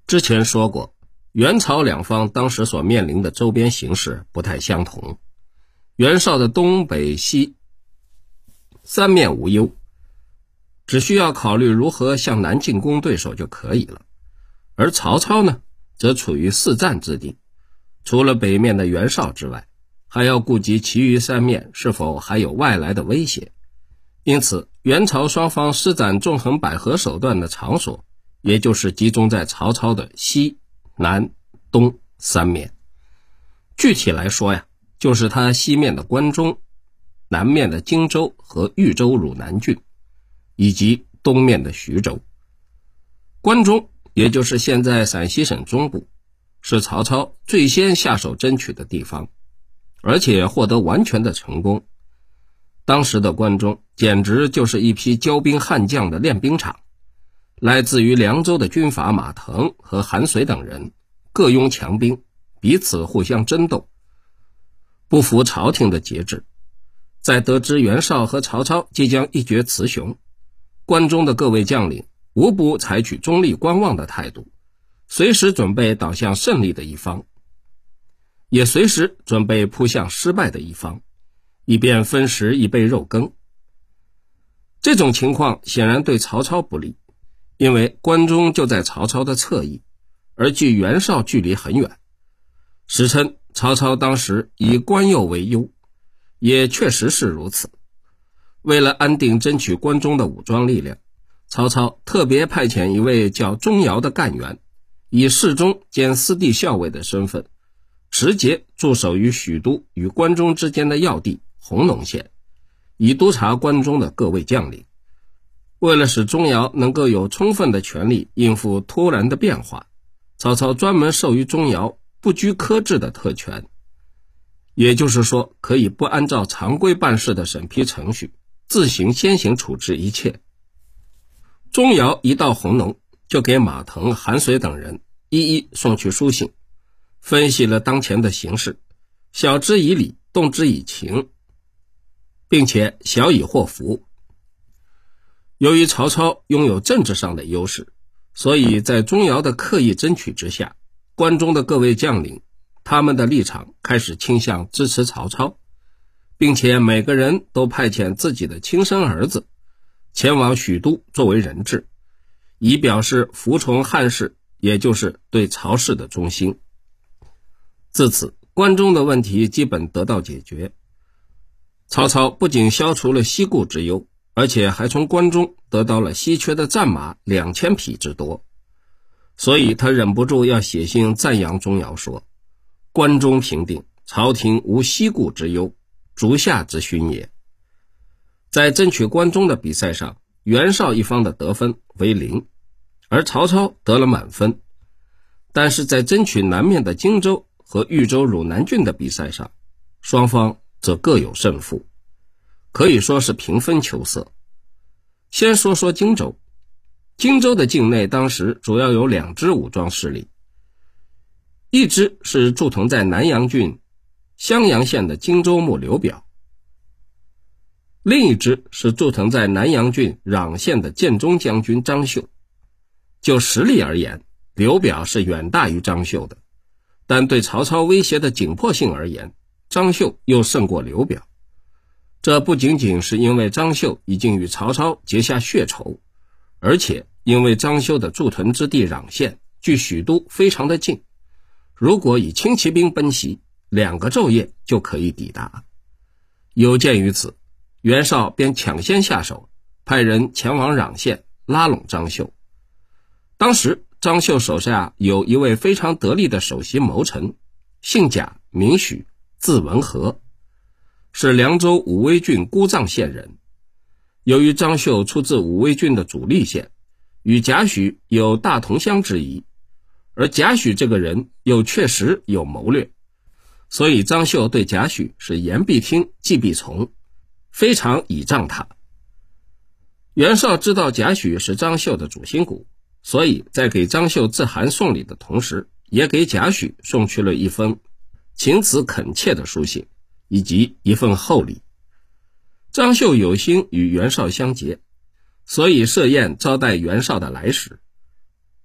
之前说过，元朝两方当时所面临的周边形势不太相同。袁绍的东北西三面无忧，只需要考虑如何向南进攻对手就可以了。而曹操呢，则处于四战之地，除了北面的袁绍之外，还要顾及其余三面是否还有外来的威胁。因此，元朝双方施展纵横捭阖手段的场所，也就是集中在曹操的西南东三面。具体来说呀，就是他西面的关中，南面的荆州和豫州汝南郡，以及东面的徐州。关中也就是现在陕西省中部，是曹操最先下手争取的地方，而且获得完全的成功。当时的关中简直就是一批骄兵悍将的练兵场，来自于凉州的军阀马腾和韩遂等人各拥强兵，彼此互相争斗，不服朝廷的节制。在得知袁绍和曹操即将一决雌雄，关中的各位将领无不采取中立观望的态度，随时准备倒向胜利的一方，也随时准备扑向失败的一方，以便分食一杯肉羹。这种情况显然对曹操不利，因为关中就在曹操的侧翼，而距袁绍距离很远。史称曹操当时以关右为优，也确实是如此。为了安定争取关中的武装力量，曹操特别派遣一位叫钟繇的干员，以侍中兼司隶校尉的身份，持节驻守于许都与关中之间的要地弘农县，以督察关中的各位将领。为了使钟繇能够有充分的权力应付突然的变化，曹操专门授予钟繇不拘科制的特权，也就是说，可以不按照常规办事的审批程序，自行先行处置一切。钟繇一到弘农，就给马腾、韩遂等人一一送去书信，分析了当前的形势，晓之以理，动之以情，并且晓以祸福。由于曹操拥有政治上的优势，所以在钟繇的刻意争取之下，关中的各位将领他们的立场开始倾向支持曹操，并且每个人都派遣自己的亲生儿子前往许都作为人质，以表示服从汉室，也就是对曹氏的忠心。自此，关中的问题基本得到解决。曹操不仅消除了西顾之忧，而且还从关中得到了稀缺的战马2000匹之多，所以他忍不住要写信赞扬钟繇说：关中平定，朝廷无西顾之忧，足下之勋也。在争取关中的比赛上，袁绍一方的得分为0，而曹操得了满分。但是在争取南面的荆州和豫州汝南郡的比赛上，双方则各有胜负，可以说是平分秋色。先说说荆州。荆州的境内当时主要有2支武装势力，一支是驻屯在南阳郡襄阳县的荆州牧刘表，另一支是驻屯在南阳郡壤县的建中将军张绣。就实力而言，刘表是远大于张绣的，但对曹操威胁的紧迫性而言，张绣又胜过刘表。这不仅仅是因为张绣已经与曹操结下血仇，而且因为张绣的驻屯之地壤县距许都非常的近，如果以轻骑兵奔袭，2个昼夜就可以抵达。有鉴于此，袁绍便抢先下手，派人前往壤县拉拢张绣。当时张绣手下有一位非常得力的首席谋臣，姓贾名许，字文和，是凉州武威郡姑臧县人。由于张绣出自武威郡的主力县，与贾诩有大同乡之谊，而贾诩这个人又确实有谋略，所以张绣对贾诩是言必听计必从，非常倚仗他。袁绍知道贾诩是张绣的主心骨，所以在给张绣致函送礼的同时，也给贾诩送去了一封情辞恳切的书信，以及一份厚礼。张绣有心与袁绍相结，所以设宴招待袁绍的来使。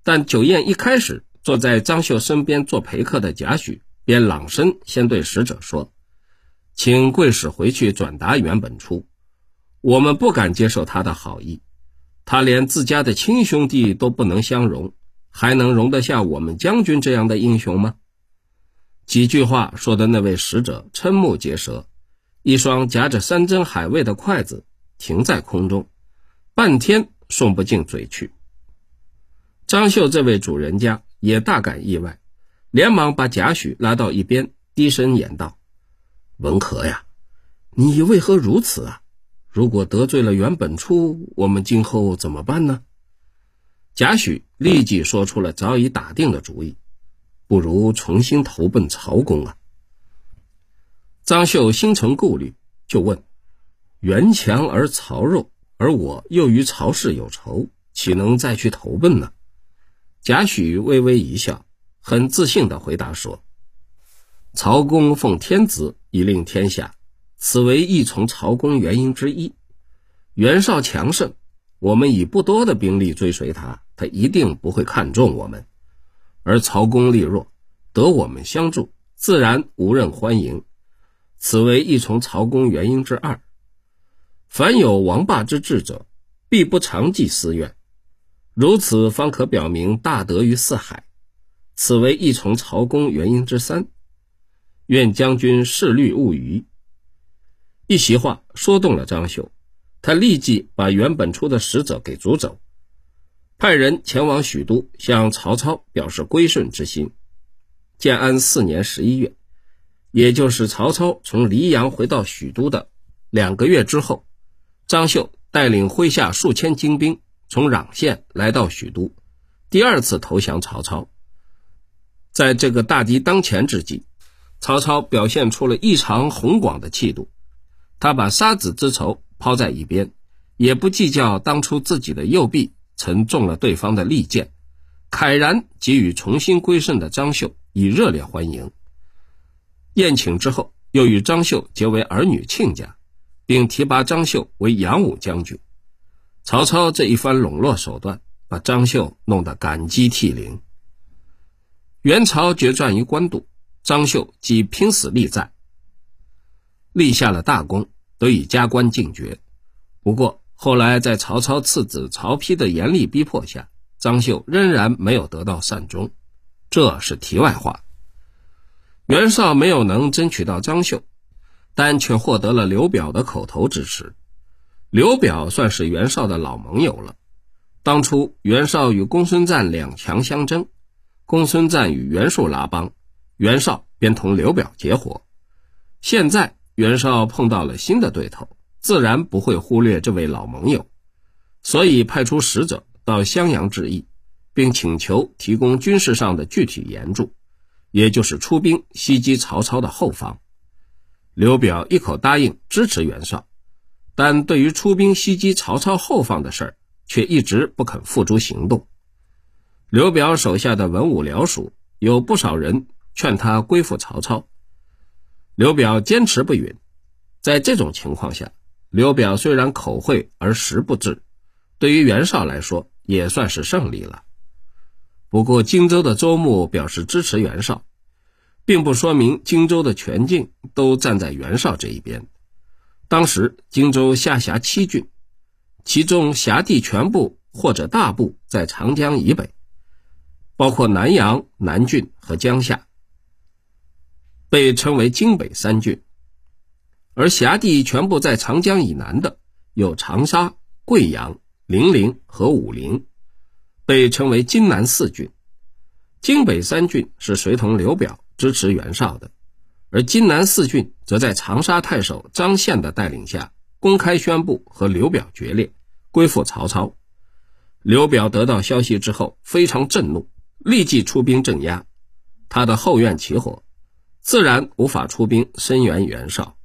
但酒宴一开始，坐在张绣身边做陪客的贾诩便朗声先对使者说：请贵使回去转达袁本初，我们不敢接受他的好意，他连自家的亲兄弟都不能相容，还能容得下我们将军这样的英雄吗？几句话说的那位使者瞠目结舌，一双夹着山珍海味的筷子停在空中，半天送不进嘴去。张绣这位主人家也大感意外，连忙把贾诩拉到一边，低声言道：文和呀，你为何如此啊？如果得罪了袁本初，我们今后怎么办呢？贾诩立即说出了早已打定的主意：不如重新投奔曹公啊。张绣心存顾虑，就问：袁强而曹弱，而我又与曹氏有仇，岂能再去投奔呢？贾诩微微一笑，很自信地回答说：曹公奉天子以令天下，此为亦从曹公原因之一。袁绍强盛，我们以不多的兵力追随他，他一定不会看重我们；而曹公力弱，得我们相助，自然无人欢迎，此为亦从曹公原因之二。凡有王霸之志者，必不常记私怨，如此方可表明大德于四海，此为亦从曹公原因之三。愿将军视虑勿虞。一席话说动了张绣，他立即把袁本初的使者给逐走，派人前往许都向曹操表示归顺之心。建安4年11月，也就是曹操从黎阳回到许都的2个月之后，张绣带领麾下数千精兵从壤县来到许都，第二次投降曹操。在这个大敌当前之际，曹操表现出了异常宏广的气度，他把杀子之仇抛在一边，也不计较当初自己的右臂曾中了对方的利箭，慨然给予重新归顺的张绣以热烈欢迎。宴请之后，又与张绣结为儿女亲家，并提拔张绣为扬武将军。曹操这一番笼络手段，把张绣弄得感激涕零。元朝决战于官渡，张绣即拼死力战，立下了大功，得以加官进爵。不过后来在曹操次子曹丕的严厉逼迫下，张绣仍然没有得到善终，这是题外话。袁绍没有能争取到张绣，但却获得了刘表的口头支持。刘表算是袁绍的老盟友了。当初袁绍与公孙瓒两强相争，公孙瓒与袁术拉帮，袁绍便同刘表结伙。现在袁绍碰到了新的对头，自然不会忽略这位老盟友，所以派出使者到襄阳致意，并请求提供军事上的具体援助，也就是出兵袭击曹操的后方。刘表一口答应支持袁绍，但对于出兵袭击曹操后方的事儿，却一直不肯付诸行动。刘表手下的文武僚属有不少人劝他归附曹操，刘表坚持不允。在这种情况下，刘表虽然口惠而实不至，对于袁绍来说也算是胜利了。不过荆州的州牧表示支持袁绍，并不说明荆州的全境都站在袁绍这一边。当时荆州下辖7郡，其中辖地全部或者大部在长江以北，包括南阳、南郡和江夏，被称为荆北3郡。而辖地全部在长江以南的有长沙、贵阳、零陵和武陵，被称为荆南4郡。荆北3郡是随同刘表支持袁绍的，而荆南4郡则在长沙太守张宪的带领下公开宣布和刘表决裂，归附曹操。刘表得到消息之后非常震怒，立即出兵镇压，他的后院起火，自然无法出兵声援袁绍。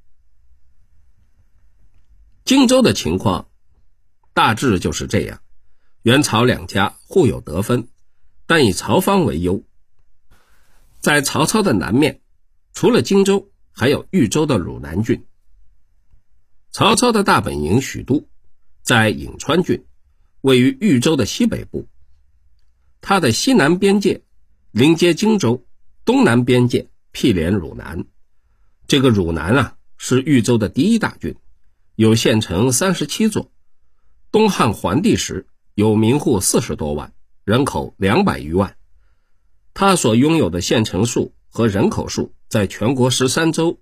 荆州的情况大致就是这样，袁曹两家互有得分，但以曹方为优。在曹操的南面，除了荆州，还有豫州的汝南郡。曹操的大本营许都在颍川郡，位于豫州的西北部。 它的西南边界临接荆州，东南边界毗连汝南。这个汝南是豫州的第一大郡，有县城37座。东汉桓帝时有民户40多万，人口200余万。它所拥有的县城数和人口数在全国13州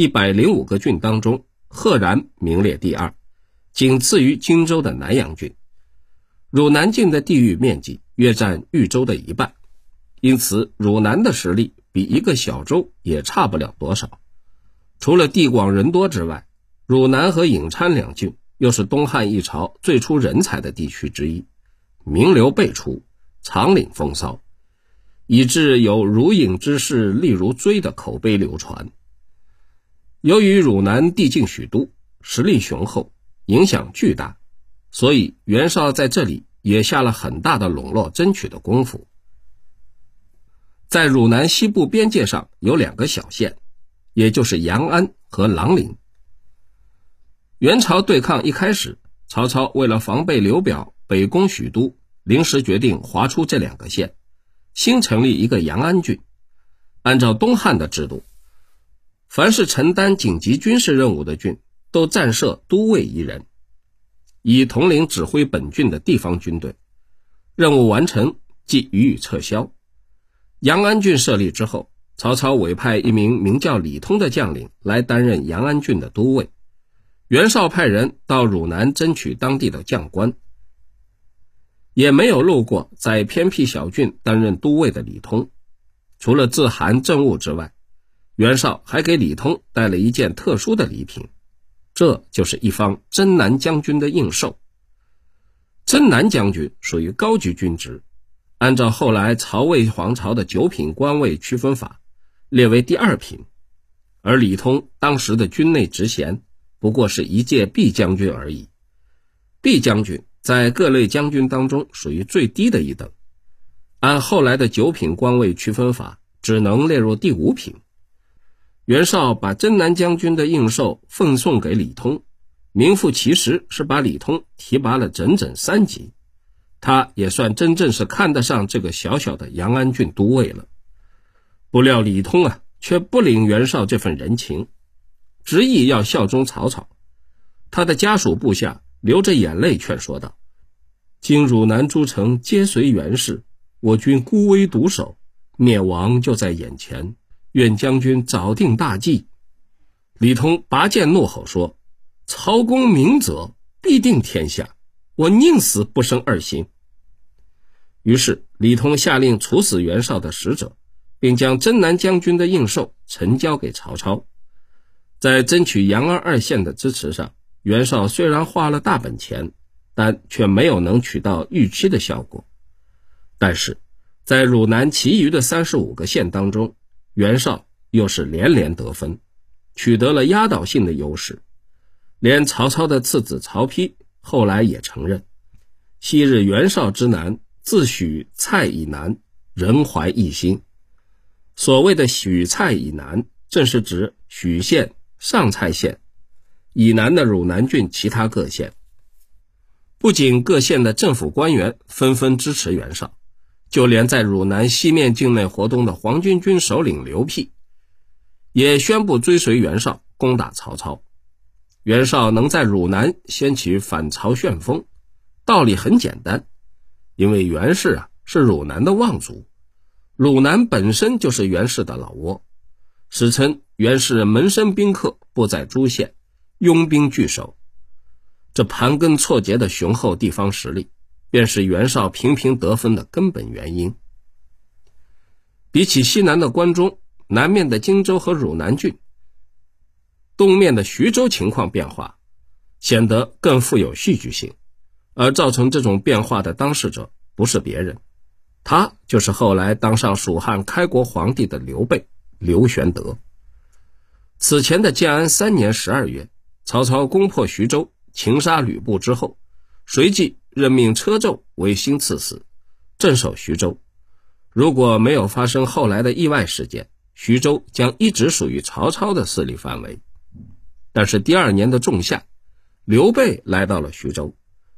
105个郡当中赫然名列第2，仅次于荆州的南阳郡。汝南郡的地域面积约占豫州的1半，因此汝南的实力比一个小州也差不了多少。除了地广人多之外，汝南和颍川两郡又是东汉一朝最出人才的地区之一，名流辈出，常领风骚，以致有如影之势力如追的口碑流传。由于汝南地境许都，实力雄厚，影响巨大，所以袁绍在这里也下了很大的笼络争取的功夫。在汝南西部边界上有2个小县，也就是阳安和郎陵。元朝对抗一开始，曹操为了防备刘表北攻许都，临时决定划出这2个县，新成立一个阳安郡。按照东汉的制度，凡是承担紧急军事任务的郡都暂设都尉1人，以统领指挥本郡的地方军队，任务完成即予以撤销。阳安郡设立之后，曹操委派一名名叫李通的将领来担任阳安郡的都尉。袁绍派人到汝南争取当地的将官，也没有漏过在偏僻小郡担任都尉的李通。除了自函政务之外，袁绍还给李通带了一件特殊的礼品，这就是一方征南将军的印绶。征南将军属于高级军职，按照后来曹魏皇朝的9品官位区分法，列为第2品，而李通当时的军内职衔不过是一介裨将军而已。裨将军在各类将军当中属于最低的一等，按后来的9品官位区分法，只能列入第5品。袁绍把征南将军的印绶奉送给李通，名副其实是把李通提拔了整整3级。他也算真正是看得上这个小小的阳安郡都尉了。不料李通却不领袁绍这份人情，执意要效忠曹操。他的家属部下流着眼泪劝说道：今汝南诸城皆随袁氏，我军孤危独守，灭亡就在眼前，愿将军早定大计。李通拔剑怒吼说：曹公明则必定天下，我宁死不生二心。于是李通下令处死袁绍的使者，并将征南将军的印绶呈交给曹操。在争取阳安2县的支持上，袁绍虽然花了大本钱，但却没有能取到预期的效果。但是在汝南其余的35个县当中，袁绍又是连连得分，取得了压倒性的优势。连曹操的次子曹丕后来也承认，昔日袁绍之南，自许蔡以南，人怀异心。所谓的许蔡以南，正是指许县、上蔡县以南的汝南郡其他各县。不仅各县的政府官员纷纷支持袁绍，就连在汝南西面境内活动的黄巾军首领刘辟也宣布追随袁绍攻打曹操。袁绍能在汝南掀起反曹旋风，道理很简单，因为袁氏是汝南的望族，汝南本身就是袁氏的老窝，史称袁氏门生宾客不在诸县，拥兵据守。这盘根错节的雄厚地方实力，便是袁绍频频得分的根本原因。比起西南的关中，南面的荆州和汝南郡，东面的徐州情况变化显得更富有戏剧性，而造成这种变化的当事者不是别人，他就是后来当上蜀汉开国皇帝的刘备，刘玄德。此前的建安3年12月，曹操攻破徐州，擒杀吕布之后，随即任命车胄为新刺史，镇守徐州。如果没有发生后来的意外事件，徐州将一直属于曹操的势力范围。但是第2年的仲夏，刘备来到了徐州，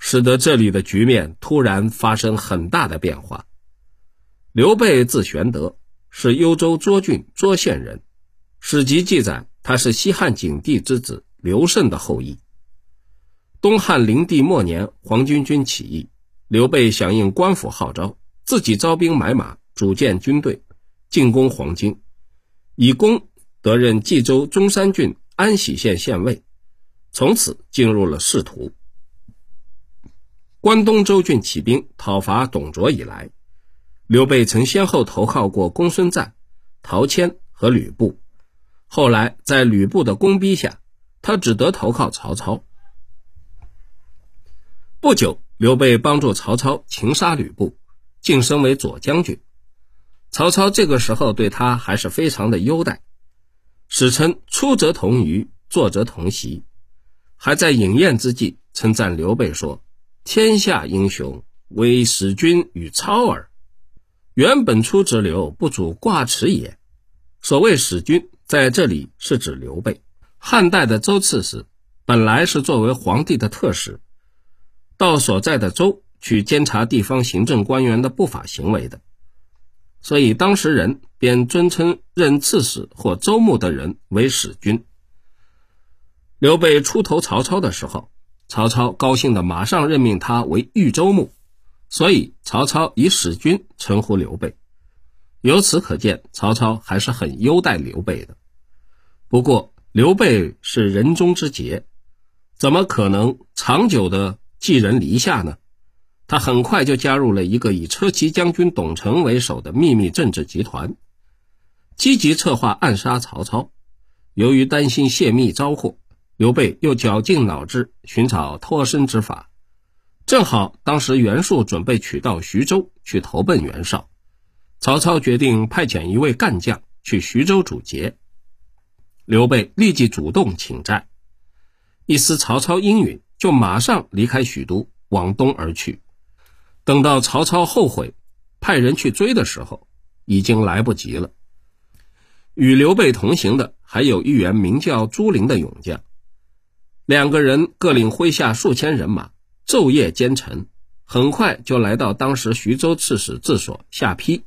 使得这里的局面突然发生很大的变化。刘备字玄德，是幽州涿郡涿县人，史籍记载他是西汉景帝之子刘胜的后裔。东汉灵帝末年，黄巾军起义，刘备响应官府号召，自己招兵买马，组建军队，进攻黄巾，以功得任冀州中山郡安喜县县尉，从此进入了仕途。关东州郡起兵讨伐董卓以来，刘备曾先后投靠过公孙瓒、陶谦和吕布，后来在吕布的攻逼下，他只得投靠曹操。不久，刘备帮助曹操擒杀吕布，晋升为左将军。曹操这个时候对他还是非常的优待，史称出则同舆，坐则同席，还在饮宴之际称赞刘备说：天下英雄，唯使君与操耳。原本出之流，不足挂齿也。所谓使君，在这里是指刘备。汉代的州刺史本来是作为皇帝的特使，到所在的州去监察地方行政官员的不法行为的，所以当时人便尊称任刺史或州牧的人为使君。刘备出投曹操的时候，曹操高兴地马上任命他为豫州牧，所以曹操以使君称呼刘备。由此可见，曹操还是很优待刘备的。不过刘备是人中之杰，怎么可能长久的寄人篱下呢？他很快就加入了一个以车骑将军董承为首的秘密政治集团，积极策划暗杀曹操。由于担心泄密招祸，刘备又绞尽脑汁寻找脱身之法。正好当时袁术准备取道徐州去投奔袁绍，曹操决定派遣一位干将去徐州阻截。刘备立即主动请战，一思曹操应允，就马上离开许都往东而去。等到曹操后悔派人去追的时候，已经来不及了。与刘备同行的还有一员名叫朱灵的勇将，两个人各领麾下数千人马，昼夜兼程，很快就来到当时徐州刺史治所下邳。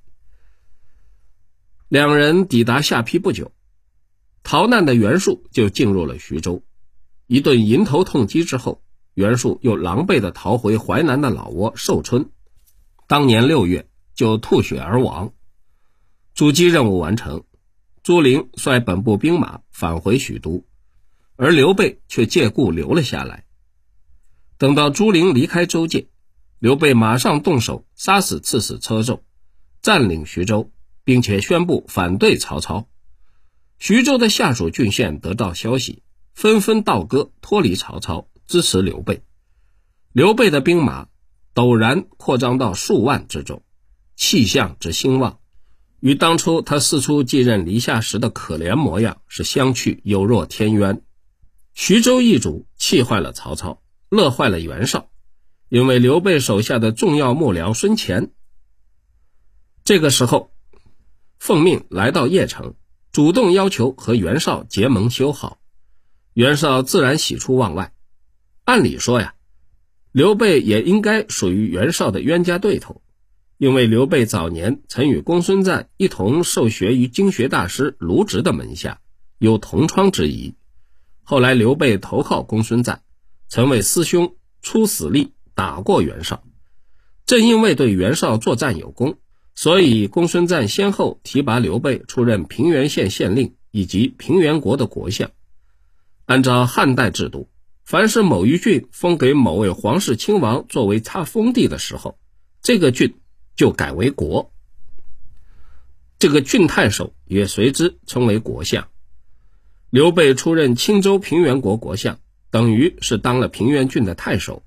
两人抵达下邳不久，逃难的袁术就进入了徐州。一顿迎头痛击之后，袁术又狼狈地逃回淮南的老窝寿春，当年6月就吐血而亡。阻击任务完成，朱灵率本部兵马返回许都，而刘备却借故留了下来。等到朱灵离开州界，刘备马上动手杀死刺史车胄，占领徐州，并且宣布反对曹操。徐州的下属郡县得到消息，纷纷倒戈脱离曹操，支持刘备。刘备的兵马陡然扩张到数万之众，气象之兴旺，与当初他四处继任篱下时的可怜模样是相去有若天渊。徐州易主气坏了曹操，乐坏了袁绍，因为刘备手下的重要幕僚孙乾这个时候奉命来到邺城，主动要求和袁绍结盟修好。袁绍自然喜出望外。按理说呀，刘备也应该属于袁绍的冤家对头，因为刘备早年曾与公孙瓒一同受学于经学大师卢植的门下，有同窗之谊。后来刘备投靠公孙瓒，曾为师兄出死力打过袁绍。正因为对袁绍作战有功，所以公孙瓒先后提拔刘备出任平原县县令以及平原国的国相。按照汉代制度，凡是某一郡封给某位皇室亲王作为他封地的时候，这个郡就改为国，这个郡太守也随之称为国相。刘备出任青州平原国国相，等于是当了平原郡的太守。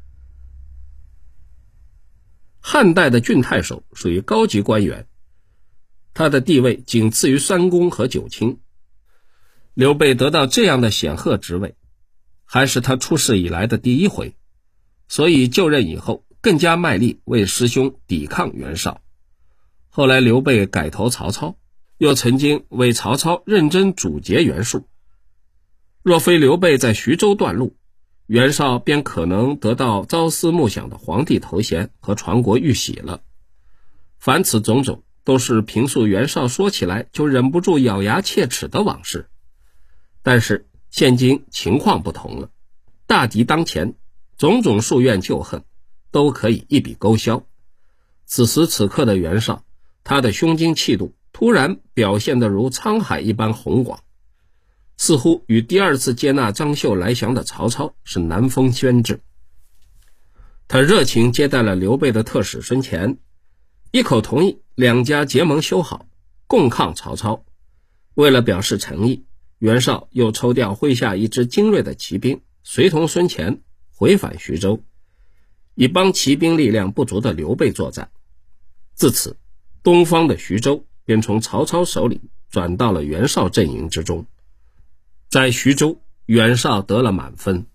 汉代的郡太守属于高级官员，他的地位仅次于三公和九卿。刘备得到这样的显赫职位，还是他出仕以来的第一回，所以就任以后更加卖力为师兄抵抗袁绍。后来刘备改投曹操，又曾经为曹操认真阻截袁术。若非刘备在徐州断路， 袁绍便可能得到朝思暮想的皇帝头衔和传国玉玺了。凡此种种，都是平素袁绍说起来就忍不住咬牙切齿的往事。但是现今情况不同了，大敌当前，种种夙愿旧恨都可以一笔勾销。此时此刻的袁绍，他的胸襟气度突然表现得如沧海一般宏广，似乎与第二次接纳张绣来降的曹操是难分轩轾。他热情接待了刘备的特使孙乾，一口同意两家结盟修好，共抗曹操。为了表示诚意，袁绍又抽调麾下一支精锐的骑兵，随同孙乾回返徐州，以帮骑兵力量不足的刘备作战。自此，东方的徐州便从曹操手里转到了袁绍阵营之中。在徐州，袁绍得了满分，